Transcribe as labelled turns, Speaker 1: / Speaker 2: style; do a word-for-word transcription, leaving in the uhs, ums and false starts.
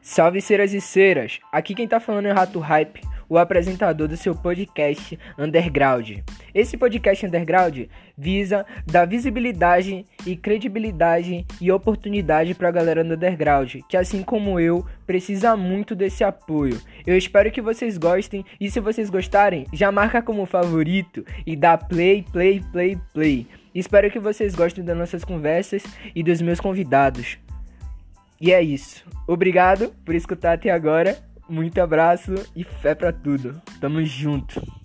Speaker 1: Salve ceras e ceras, aqui quem tá falando é o Rato Hype, o apresentador do seu podcast Underground. Esse podcast Underground visa dar visibilidade e credibilidade e oportunidade pra galera do Underground, que assim como eu, precisa muito desse apoio. Eu espero que vocês gostem e se vocês gostarem, já marca como favorito e dá play, play, play, play. Espero que vocês gostem das nossas conversas e dos meus convidados. E é isso. Obrigado por escutar até agora. Muito abraço e fé pra tudo. Tamo junto.